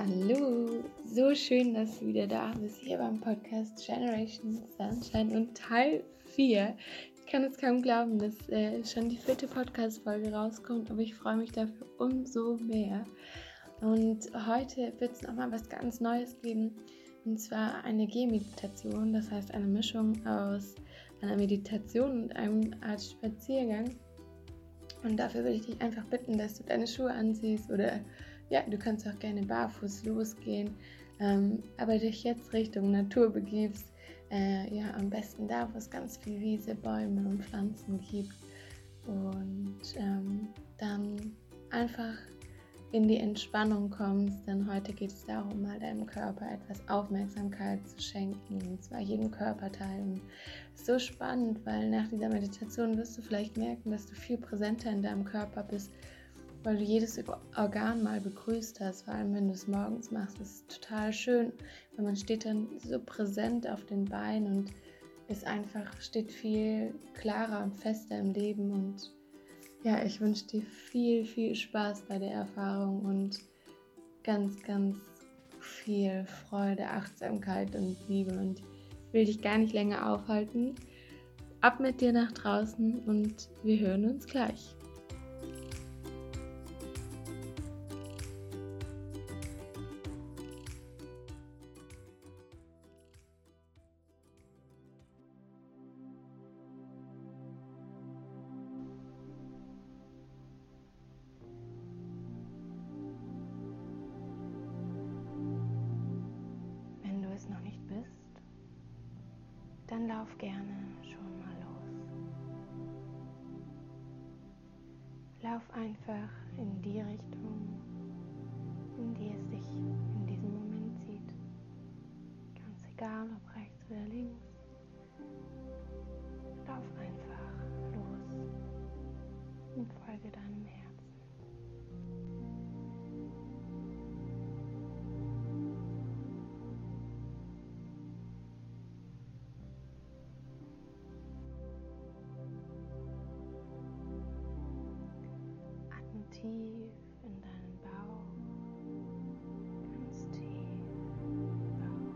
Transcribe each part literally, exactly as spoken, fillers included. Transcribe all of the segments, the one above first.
Hallo, so schön, dass du wieder da bist, hier beim Podcast Generation Sunshine und Teil vier. Ich kann es kaum glauben, dass äh, schon die vierte Podcast-Folge rauskommt, aber ich freue mich dafür umso mehr. Und heute wird es nochmal was ganz Neues geben, und zwar eine Gehmeditation, das heißt eine Mischung aus einer Meditation und einem Art Spaziergang. Und dafür würde ich dich einfach bitten, dass du deine Schuhe anziehst oder ja, du kannst auch gerne barfuß losgehen, ähm, aber dich jetzt Richtung Natur begibst, äh, ja, am besten da, wo es ganz viel Wiese, Bäume und Pflanzen gibt und ähm, dann einfach in die Entspannung kommst, denn heute geht es darum, mal deinem Körper etwas Aufmerksamkeit zu schenken, und zwar jedem Körperteil. Und so spannend, weil nach dieser Meditation wirst du vielleicht merken, dass du viel präsenter in deinem Körper bist, weil du jedes Organ mal begrüßt hast, vor allem wenn du es morgens machst. Das ist total schön, weil man steht dann so präsent auf den Beinen und ist einfach, steht viel klarer und fester im Leben. Und ja, ich wünsche dir viel, viel Spaß bei der Erfahrung und ganz, ganz viel Freude, Achtsamkeit und Liebe. Und ich will dich gar nicht länger aufhalten. Ab mit dir nach draußen und wir hören uns gleich. Noch nicht bist, dann lauf gerne schon mal los. Lauf einfach in die Richtung, in die es dich in diesem Moment zieht. Ganz egal, ob rechts oder links. Lauf einfach los und folge deinem Herzen. Tief in deinen Bauch, ganz tief im Bauch,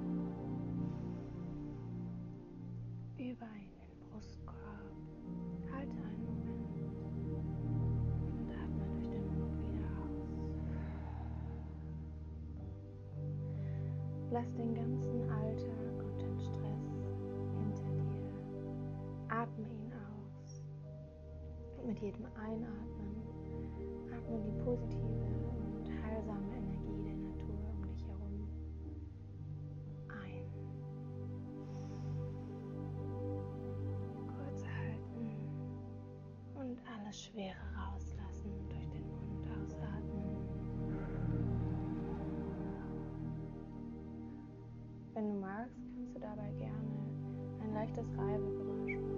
über in den Brustkorb. Halte einen Moment und atme durch den Mund wieder aus. Lass den ganzen Alltag und den Stress hinter dir. Atme ihn aus. Und mit jedem Einatmen atme die positive und heilsame Energie der Natur um dich herum ein. Kurz halten und alles Schwere rauslassen, durch den Mund ausatmen. Wenn du magst, kannst du dabei gerne ein leichtes Reibegeräusch machen.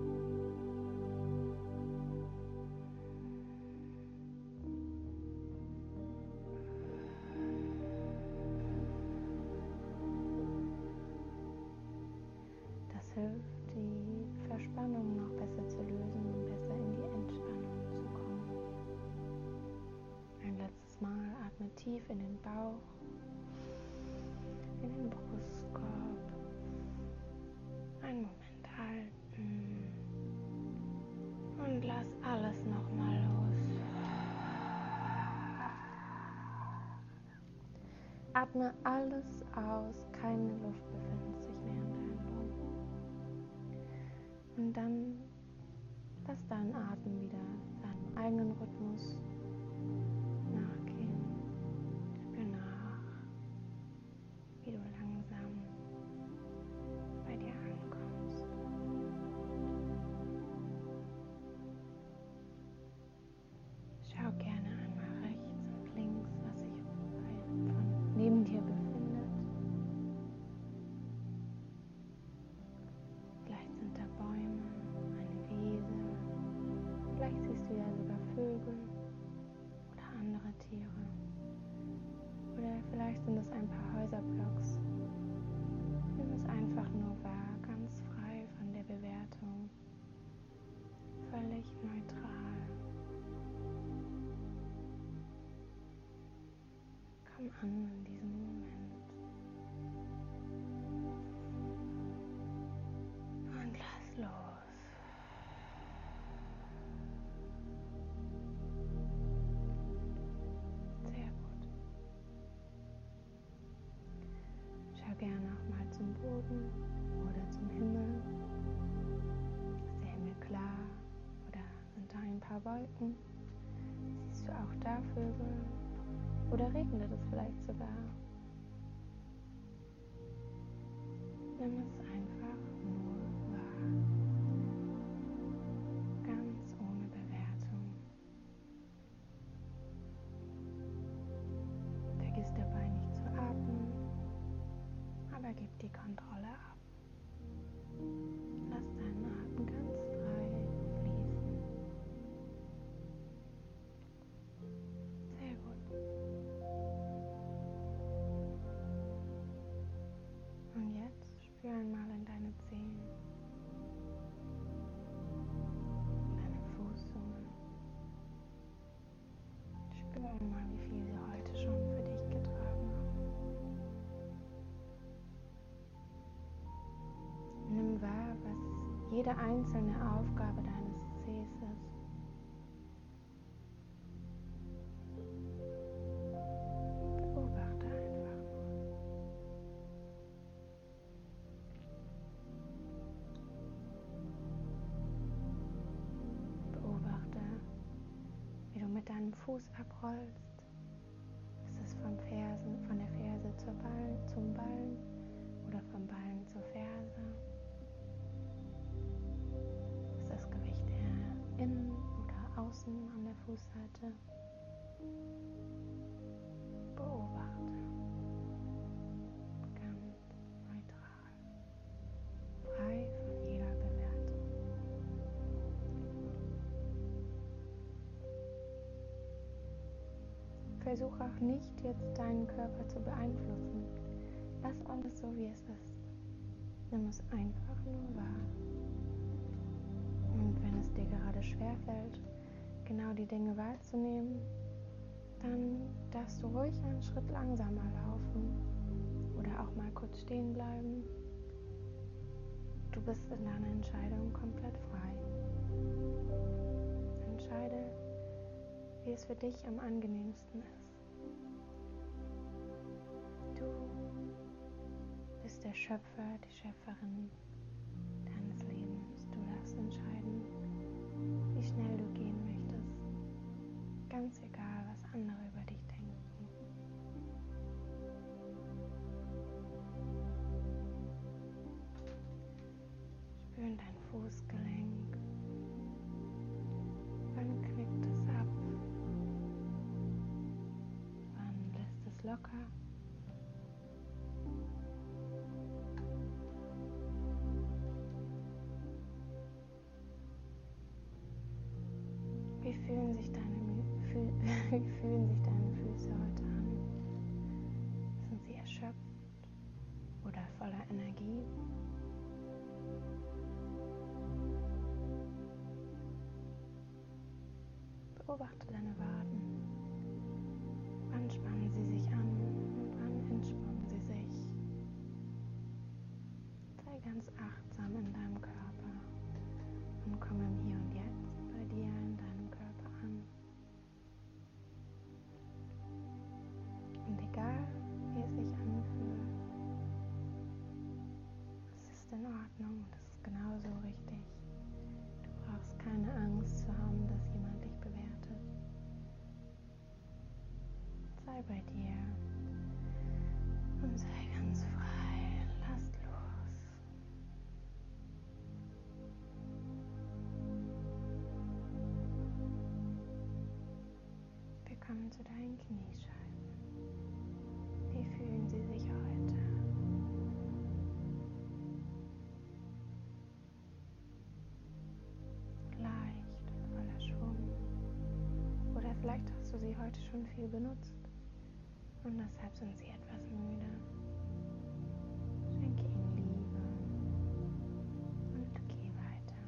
Hilft, die Verspannung noch besser zu lösen und besser in die Entspannung zu kommen. Ein letztes Mal atme tief in den Bauch, in den Brustkorb. Einen Moment halten und lass alles nochmal los. Atme alles aus, keine Luft befindet sich mehr in deinen Lungen. Und dann lass deinen Atem wieder seinem eigenen Rhythmus nachgehen. Spür nach, wie du langsam bei dir ankommst. Schau gerne einmal rechts und links, was sich von neben dir befindet. Vielleicht sind da Bäume. Wolken? Siehst du auch da Vögel? Oder regnet es vielleicht sogar? Nimm es einfach nur wahr. Ganz ohne Bewertung. Vergiss dabei nicht zu atmen, aber gib die Kontrolle ab. Lass deinen Atem ganz frei fließen. Sehr gut. Und jetzt spür einmal in deine Zehen, in deine Fußsohlen. Spür einmal, wie viel sie heute schon für dich getragen haben. Nimm wahr, was jede einzelne Aufgabe deines Zehs ist. Beobachte einfach nur. Beobachte, wie du mit deinem Fuß abrollst. Ist es vom Fersen, von der Ferse zur Ballen, zum Ballen oder vom Ballen zur Ferse? Ist das Gewicht eher innen oder außen an der Fußseite? Beobachte. Ganz neutral. Frei von jeder Bewertung. Versuch auch nicht, jetzt deinen Körper zu beeinflussen. Lass alles so, wie es ist. Nimm es einfach nur wahr. Und wenn es dir gerade schwerfällt, genau die Dinge wahrzunehmen, dann darfst du ruhig einen Schritt langsamer laufen oder auch mal kurz stehen bleiben. Du bist in deiner Entscheidung komplett frei. Entscheide, wie es für dich am angenehmsten ist. Du bist der Schöpfer, die Schöpferin deines Lebens. Du darfst entscheiden, wie schnell du gehen möchtest. Ganz egal, was andere über dich denken. Spür in dein Fußgelenk. Wann knickt es ab? Wann lässt es locker? Wie fühlen sich deine, wie fühlen sich deine Füße heute an? Sind sie erschöpft oder voller Energie? Beobachte deine Waden. Wann spannen sie sich an und wann entspannen sie sich? Sei ganz achtsam in deinem Körper und komm im Hier und Jetzt bei dir in deinem Körper an. Und egal, wie es sich anfühlt, es ist in Ordnung, das ist genauso richtig. Du brauchst keine Angst zu haben, dass jemand dich bewertet. Sei bei dir und sei ganz frei. Lass los. Wir kommen zu deinen Kniescheiben. Wie fühlen sie sich heute? Leicht und voller Schwung. Oder vielleicht hast du sie heute schon viel benutzt und deshalb sind sie etwas müde. Schenke ihnen Liebe und geh weiter.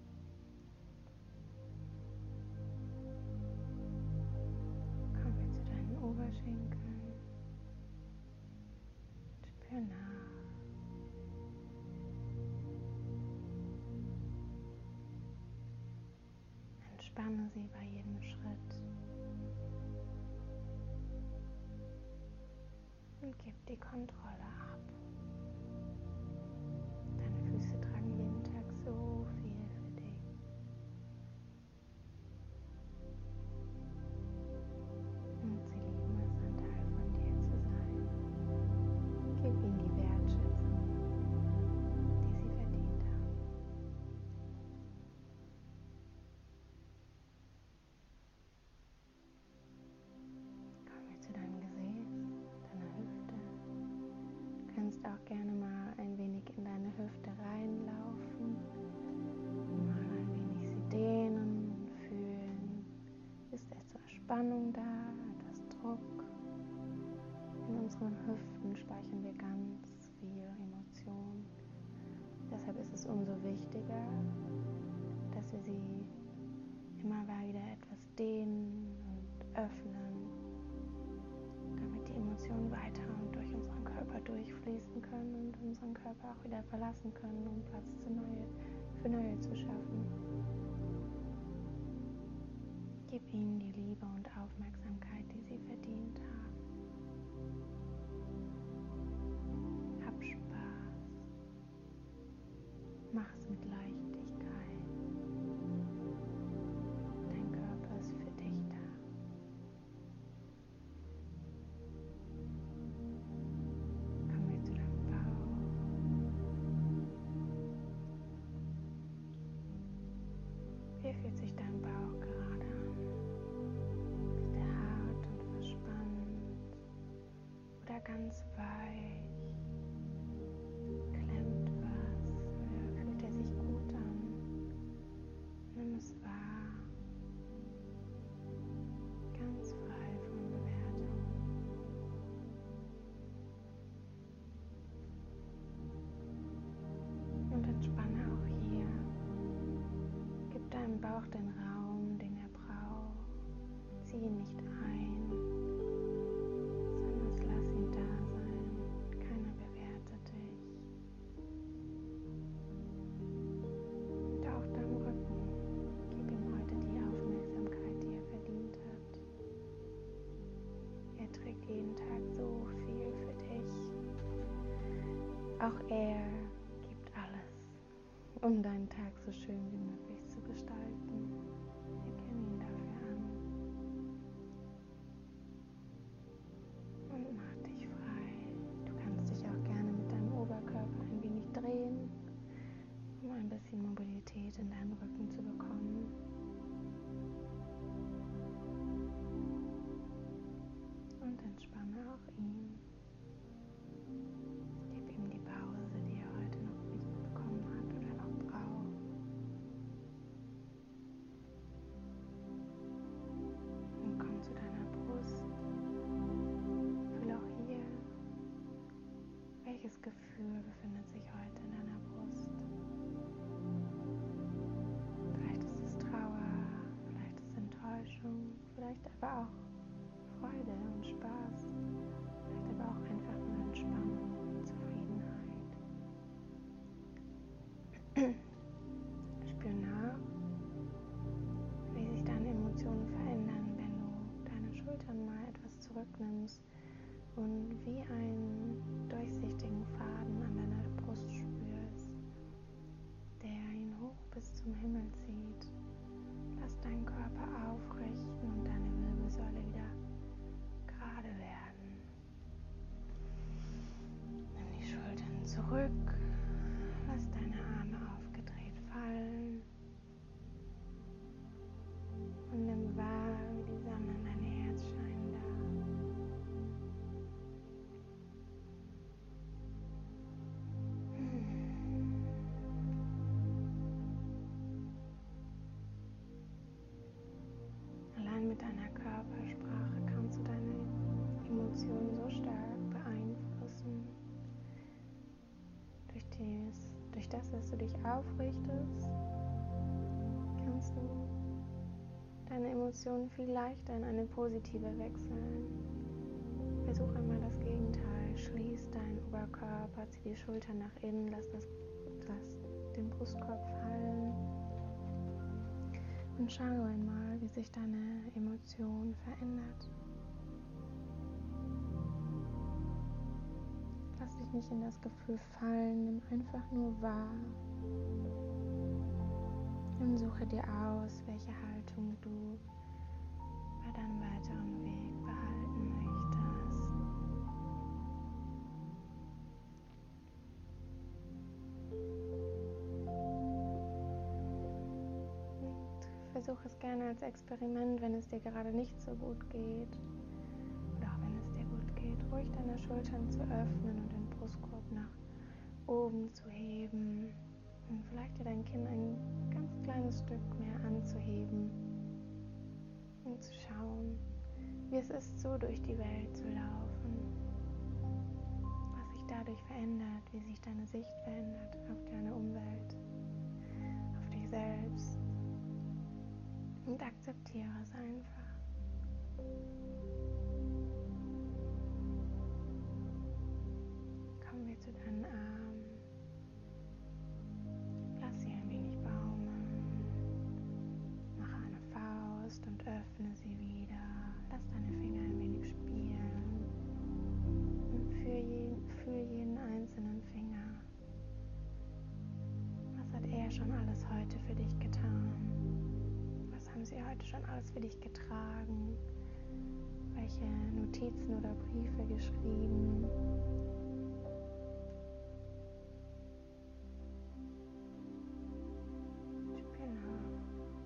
Kommen wir zu deinen Oberschenkeln. Spür nach. Entspanne sie bei jedem Schritt und gib die Kontrolle ab. Deine Füße tragen jeden Tag so viel für dich. Spannung da, etwas Druck. In unseren Hüften speichern wir ganz viel Emotion. Deshalb ist es umso wichtiger, dass wir sie immer wieder etwas dehnen und öffnen, damit die Emotionen weiter und durch unseren Körper durchfließen können und unseren Körper auch wieder verlassen können, um Platz für neue, für neue zu schaffen. Gib ihnen die Liebe und Aufmerksamkeit, die sie verdient haben. Hab Spaß. Mach's mit Leichtigkeit. Dein Körper ist für dich da. Kommen wir zu deinem Bauch. Wie fühlt sich dein Bauch gerade an? Ist er hart und verspannt oder ganz weich? Klemmt was oder fühlt er sich gut an? Nimm es wahr, ganz frei von Bewertung. Und entspanne auch hier. Gib deinem Bauch den Raum, den er braucht. Zieh ihn nicht ein, sondern lass ihn da sein. Keiner bewertet dich. Und auch deinem Rücken. Gib ihm heute die Aufmerksamkeit, die er verdient hat. Er trägt jeden Tag so viel für dich. Auch er gibt alles, um deinen Tag so schön wie möglich zu gestalten. Erkenne ihn dafür an und mach dich frei. Du kannst dich auch gerne mit deinem Oberkörper ein wenig drehen, um ein bisschen Mobilität in deinen Rücken zu bekommen. Und entspanne auch ihn. Gib ihm die Pause, die er heute noch nicht bekommen hat oder noch braucht. Und komm zu deiner Brust. Fühl auch hier, welches Gefühl befindet sich heute in deiner Brust. Vielleicht ist es Trauer, vielleicht ist es Enttäuschung, vielleicht aber auch Freude und Spaß, vielleicht aber auch einfach nur Entspannung und Zufriedenheit. Spür nach, wie sich deine Emotionen verändern, wenn du deine Schultern mal etwas zurücknimmst und wie einen durchsichtigen Faden an deiner Brust spürst, der ihn hoch bis zum Himmel zieht. Lass deinen Körper aufrichten und deine Wirbelsäule wieder gerade werden. Nimm die Schultern zurück, lass deine Arme aufgedreht fallen und nimm wahr, wie die Sonne in dein Herz scheinen darf. Allein mit deiner Körpersprache kannst du deine Emotionen so stark beeinflussen. Durch, dies, durch das, dass du dich aufrichtest, kannst du deine Emotionen viel leichter in eine positive wechseln. Versuch einmal das Gegenteil. Schließ deinen Oberkörper, zieh die Schultern nach innen, lass, das, lass den Brustkorb fallen und schau einmal, wie sich deine Emotion verändert. Lass dich nicht in das Gefühl fallen, nimm einfach nur wahr und suche dir aus, welche Haltung du bei deinem weiteren Weg behalten möchtest. Und versuch es gerne als Experiment, wenn es dir gerade nicht so gut geht oder auch wenn es dir gut geht, ruhig deine Schultern zu öffnen und den Brustkorb nach oben zu heben und vielleicht dir dein Kinn ein ganz kleines Stück mehr anzuheben. Und zu schauen, wie es ist, so durch die Welt zu laufen, was sich dadurch verändert, wie sich deine Sicht verändert auf deine Umwelt, auf dich selbst, und akzeptiere es einfach. Kommen wir zu deinen Armen, lass sie ein wenig baumeln, mache eine Faust und öffne sie wieder, lass deine Finger ein wenig spielen und fühl jeden, fühl jeden einzelnen Finger. Was hat er schon alles heute für dich getan? Was haben sie heute schon alles für dich getragen? Welche Notizen oder Briefe geschrieben? Spür nach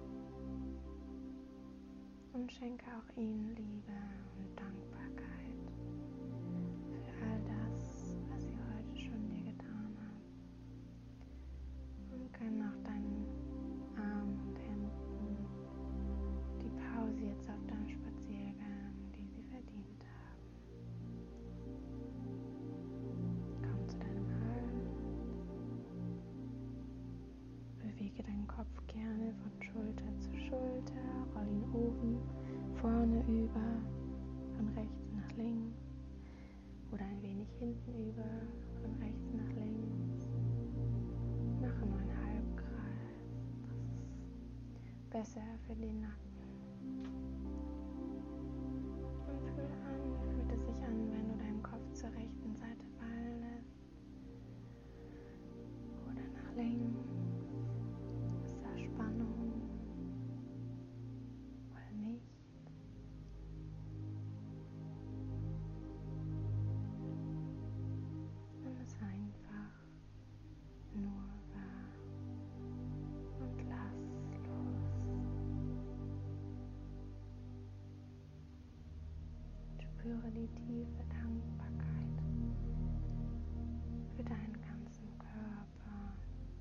und schenke auch ihnen Liebe und Dankbarkeit für all das, was sie heute schon dir getan haben. Und gönn auch deinen Armen und Händen die Pause jetzt auf deinem Spaziergang, die sie verdient haben. Komm zu deinem Hals, bewege deinen Kopf gerne von Schulter zu Schulter, roll ihn oben, vorne über, von rechts nach links oder ein wenig hinten über, von rechts nach links. Mache nur einen Halbkreis, das ist besser für den Nacken. Und fühl an, wie fühlt es sich an, wenn du deinen Kopf zur rechten Seite fallen lässt oder nach links. Ist da Spannung oder nicht? Nimm es einfach nur wahr und lass los. Spüre die tiefe Dankbarkeit für deinen ganzen Körper,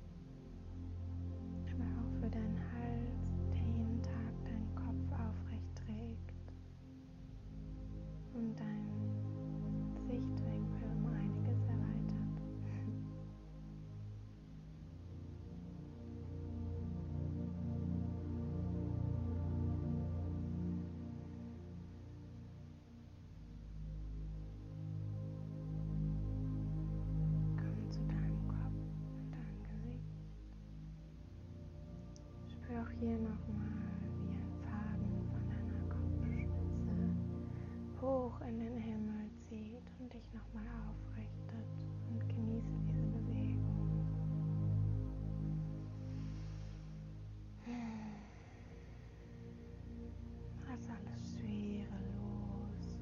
aber auch für deinen Hals, der jeden Tag deinen Kopf aufrecht trägt und deinen Sichtwinkel um einiges erweitert. Komm zu deinem Kopf und deinem Gesicht. Spür auch hier nochmal, wie ein Faden von deiner Kopfspitze hoch in den Himmel zieht und dich nochmal aufrichtet, und genieße diese Bewegung. Lass alles Schwere los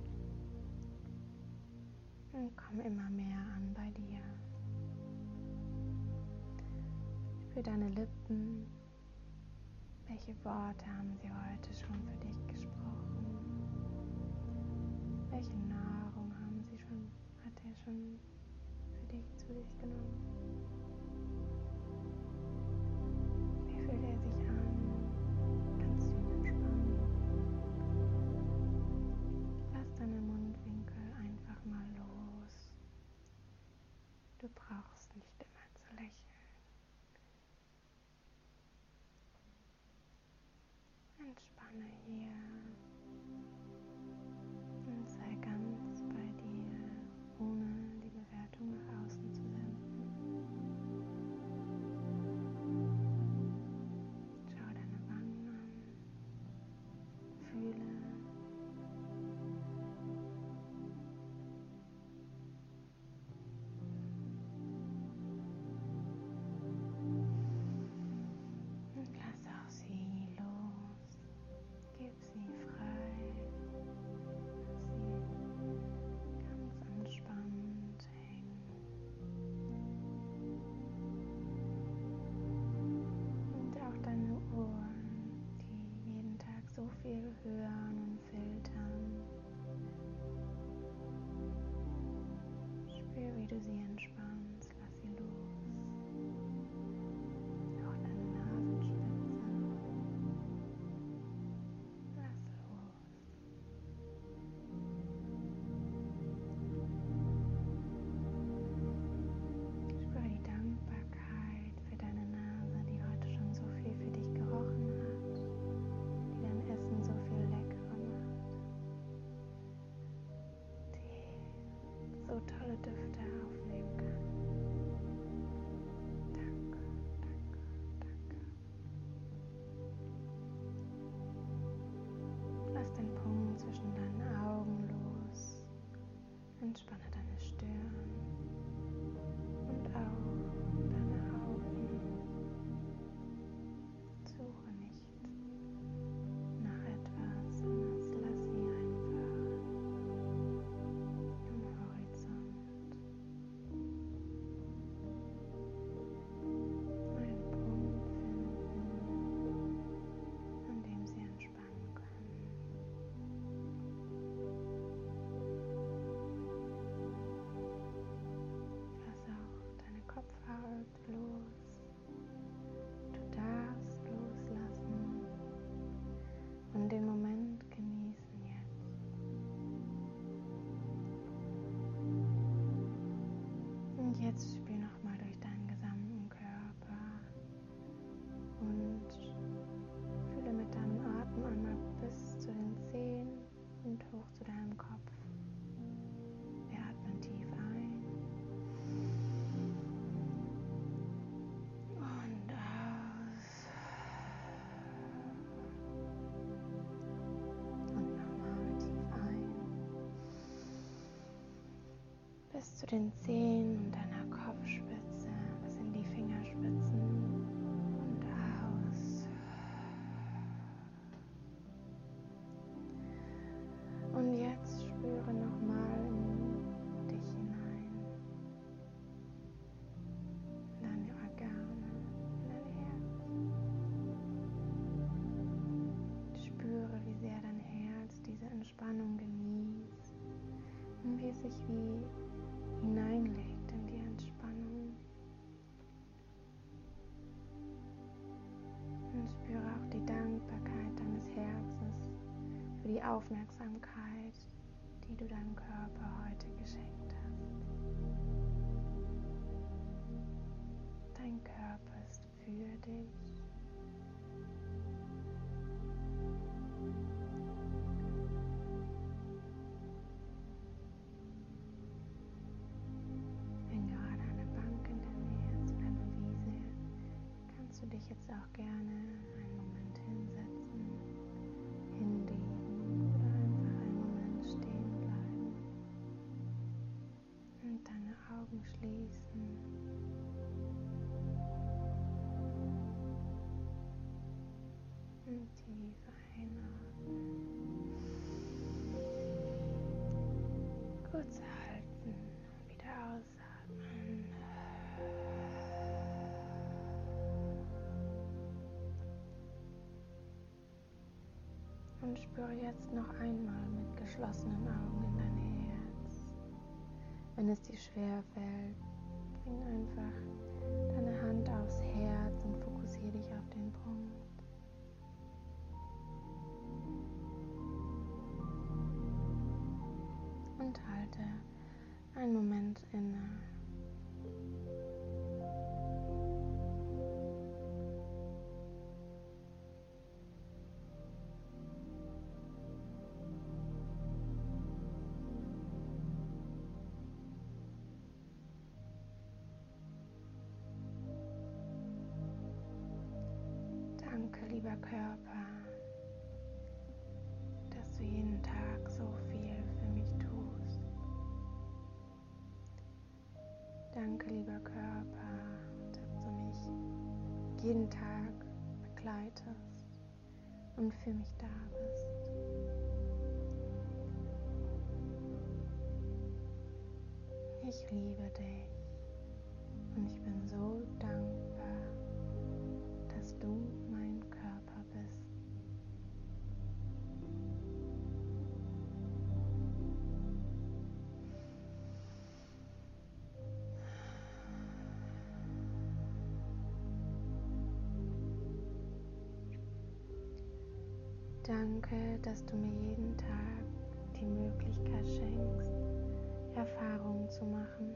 und komm immer mehr an bei dir. Spür deine Lippen. Welche Worte haben sie heute schon für dich gesprochen? Welche Nahrung haben sie schon, hat er schon für dich zu sich genommen? Wie fühlt er sich an? Ganz tief entspannen. Lass deine Mundwinkel einfach mal los. Du brauchst nicht immer zu lächeln. Entspanne hier und sei ganz bei dir, ohne die Bewertung nach außen zu senden. Schau deine Wangen an, fühle, und lass auch sie los. Gib bis zu den Zehen und deiner Kopfspitze, bis in die Fingerspitzen und aus. Und jetzt spüre nochmal in dich hinein, in deine Organe, in dein Herz. Spüre, wie sehr dein Herz diese Entspannung genießt und wie es sich wie hineinlegt in die Entspannung. Und spüre auch die Dankbarkeit deines Herzens für die Aufmerksamkeit, die du deinem Körper heute geschenkt hast. Dein Körper ist für dich. Wenn gerade eine Bank in der Nähe ist oder eine Wiese, kannst du dich jetzt auch gerne einen Moment hinsetzen, hinlegen oder einfach einen Moment stehen bleiben und deine Augen schließen. Und tief einatmen, kurz halten, wieder ausatmen. Und spüre jetzt noch einmal mit geschlossenen Augen in dein Herz. Wenn es dir schwer fällt, bring einfach deine Hand aufs Herz und fokussiere dich auf den Punkt. Und halte einen Moment inne. Danke, lieber Körper, dass du jeden Tag so viel für mich tust. Danke, lieber Körper, dass du mich jeden Tag begleitest und für mich da bist. Ich liebe dich und ich bin so dankbar, dass du mein Körper bist. Danke, dass du mir jeden Tag die Möglichkeit schenkst, Erfahrungen zu machen.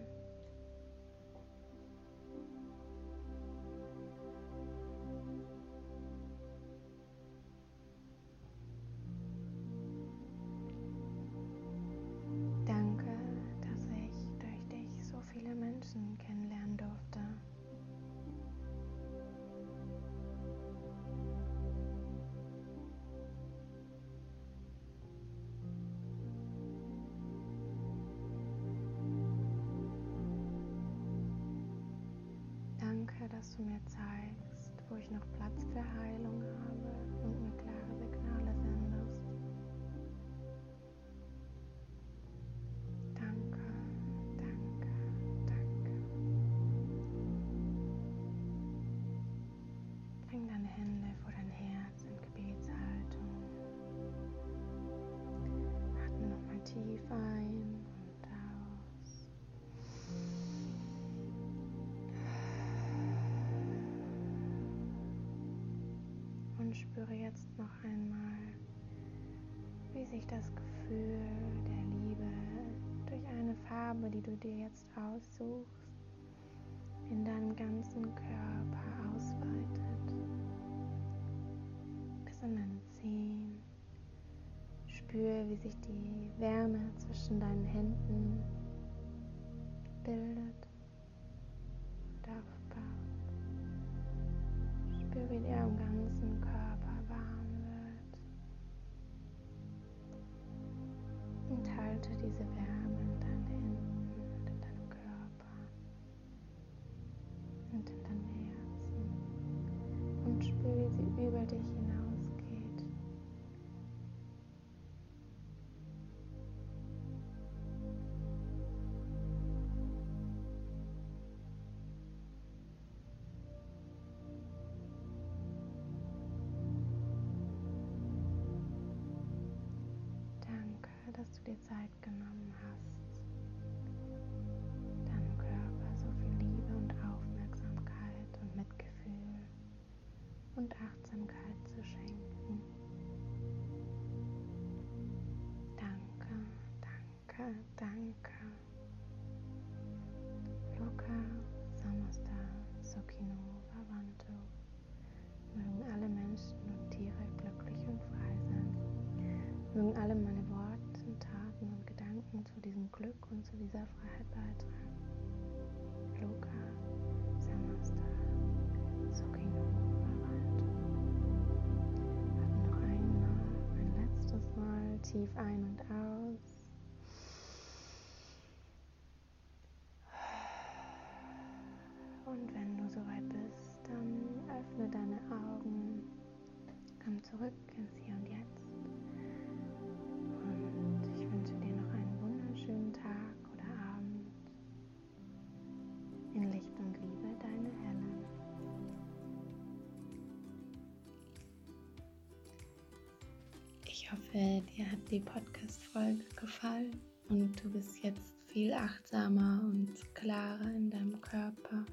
Danke, dass ich durch dich so viele Menschen kennenlernen durfte. Danke, dass du mir zeigst, wo ich noch Platz für Heilung habe und mir klare Signale sendest. Danke, danke, danke. Bring deine Hände vor dein Herz in Gebetshaltung. Atme nochmal tief ein und aus. Und spüre jetzt noch einmal, wie sich das Gefühl der Liebe durch eine Farbe, die du dir jetzt aussuchst, in deinem ganzen Körper ausweitet. Bis an deine Zehen. Spüre, wie sich die Wärme zwischen deinen Händen bildet und aufbaut. Spüre, wie dir am ganzen Körper warm wird. Und halte diese Wärme in deinen Händen und in über dich hinausgeht. Danke, dass du dir Zeit genommen hast, deinem Körper so viel Liebe und Aufmerksamkeit und Mitgefühl und Achtsamkeit zu schenken. Danke, danke, danke. Loka Samasta Sukhino Bhavantu. Mögen alle Menschen und Tiere glücklich und frei sein. Mögen alle meine Worte, Taten und Gedanken zu diesem Glück und zu dieser Freiheit beitragen. Loka Samasta Sukhino Bhavantu. Atme noch einmal, ein letztes Mal tief ein und aus. Und wenn du soweit bist, dann öffne deine Augen, komm zurück ins Hier und Jetzt. Und ich wünsche dir noch einen wunderschönen Tag oder Abend. In Licht und Liebe, deine Helen. Ich hoffe, dir hat die Podcast-Folge gefallen und du bist jetzt viel achtsamer und klarer in deinem Körper.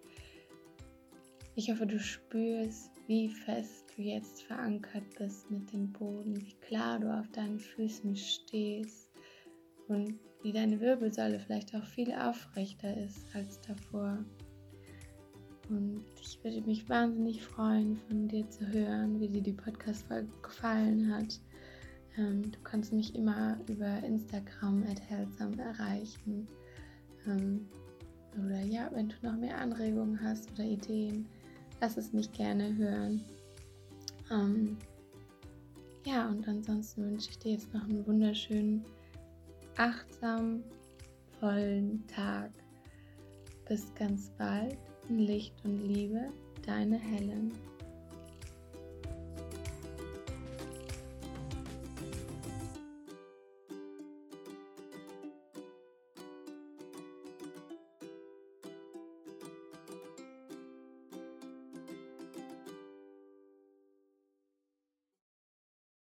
Ich hoffe, du spürst, wie fest du jetzt verankert bist mit dem Boden, wie klar du auf deinen Füßen stehst und wie deine Wirbelsäule vielleicht auch viel aufrechter ist als davor. Und ich würde mich wahnsinnig freuen, von dir zu hören, wie dir die Podcast-Folge gefallen hat. Ähm, du kannst mich immer über Instagram at healthsam erreichen. Ähm, oder ja, wenn du noch mehr Anregungen hast oder Ideen, lass es mich gerne hören. Ähm, ja, und ansonsten wünsche ich dir jetzt noch einen wunderschönen, achtsam, vollen Tag. Bis ganz bald in Licht und Liebe, deine Helen.